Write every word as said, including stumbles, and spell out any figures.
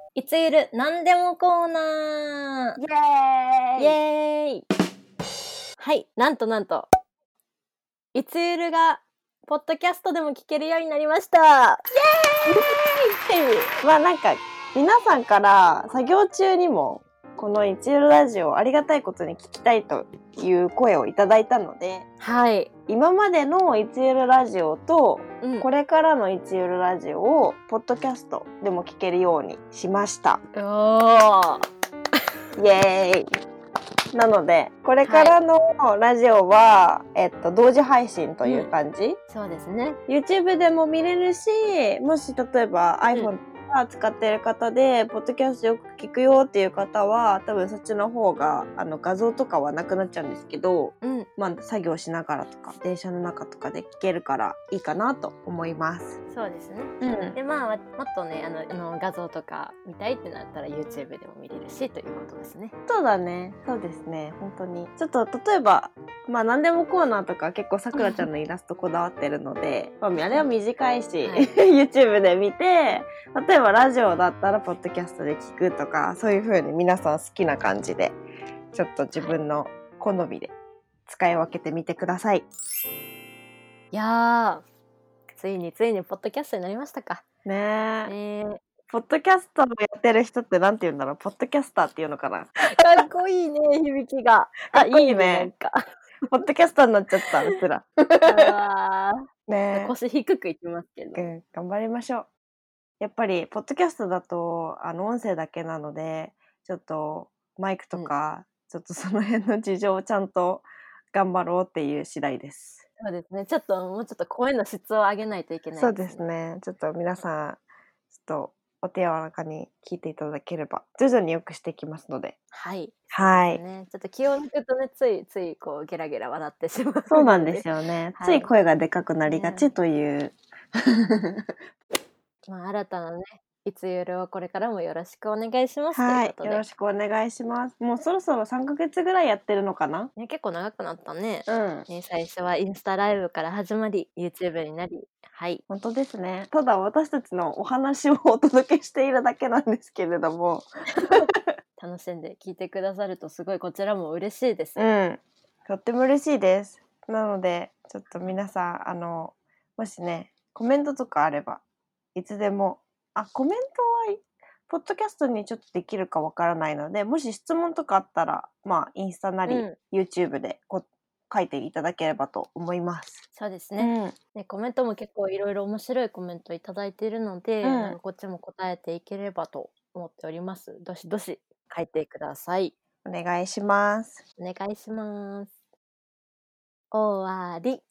いつゆるなんでもコーナー。 イエーイイエーイ。はい、なんとなんといつゆるがポッドキャストでも聞けるようになりました。イエーイ。 まあなんか皆さんから作業中にもこのいちゆるラジオありがたいことに聞きたいという声をいただいたので、 はい、 今までのいちゆるラジオと、 うん、 これからのいちゆるラジオをポッドキャストでも聞けるようにしました。 おーイエーイ。なのでこれからのラジオは、はい、えっと同時配信という感じ、うん、 そうですね。 YouTube でも見れるし、もし例えば iPhone とか使っている方で、うん、ポッドキャストよく聞くよっていう方は多分そっちの方があの画像とかはなくなっちゃうんですけど、うん、まあ作業しながらとか電車の中とかで聞けるからいいかなと思います。 そうですね、 うん、 でまあもっとねあのあの画像とか見たいってなったら YouTube でも見れるしということですね。 そうだね、そうですね、本当にちょっと例えばまあ何でもコーナーとか結構さくらちゃんのイラストこだわってるのでまあ、あれは短いし、はい、YouTube で見て、例えばラジオだったらポッドキャストで聞くとか、そういう風に皆さん好きな感じでちょっと自分の好みで使い分けてみてください。 いやーついについにポッドキャストになりましたかねえ。 ねえポッドキャストをやってる人ってなんて言うんだろう。ポッドキャスターっていうのかな。 かっこいいね、響きが。 かっこいいね。 いいね、なんか。 ポッドキャスターになっちゃった、うちら。 あねえ。 腰低くいきますけど。 うん、頑張りましょう。やっぱりポッドキャストだとあの音声だけなので、ちょっとマイクとか、うん、ちょっとその辺の事情をちゃんと頑張ろうっていう次第です。 そうですね。ちょっともうちょっと声の質を上げないといけないですね。 そうですね。ちょっと皆さんちょっとお手柔らかに聞いていただければ徐々に良くしていきますので。 はい。 はい。 そうですね。ちょっと気を抜くとね、ついついこうゲラゲラ笑ってしまうので。 そうなんですよね。はい、つい声がでかくなりがちという。ね、 まあ新たなね、いつゆるをこれからもよろしくお願いします。 はい、 ということで。 よろしくお願いします。もうそろそろさんかげつぐらいやってるのかな。 ね、結構長くなったね。 うん。 ね、最初はインスタライブから始まり、YouTube になり、はい。 本当ですね。ただ私たちのお話をお届けしているだけなんですけれども。 楽しんで聞いてくださるとすごいこちらも嬉しいです。 うん。とっても嬉しいです。なのでちょっと皆さんあのもしねコメントとかあればいつでも、あ、コメントはポッドキャストにちょっとできるかわからないので、もし質問とかあったらまあインスタなり、うん、YouTube でこ書いていただければと思います。 そうですね。うん、ね、コメントも結構いろいろ面白いコメントいただいているので、うん、なんかこっちも答えていければと思っております。どしどし書いてください。 お願いします。 お願いします。終わり。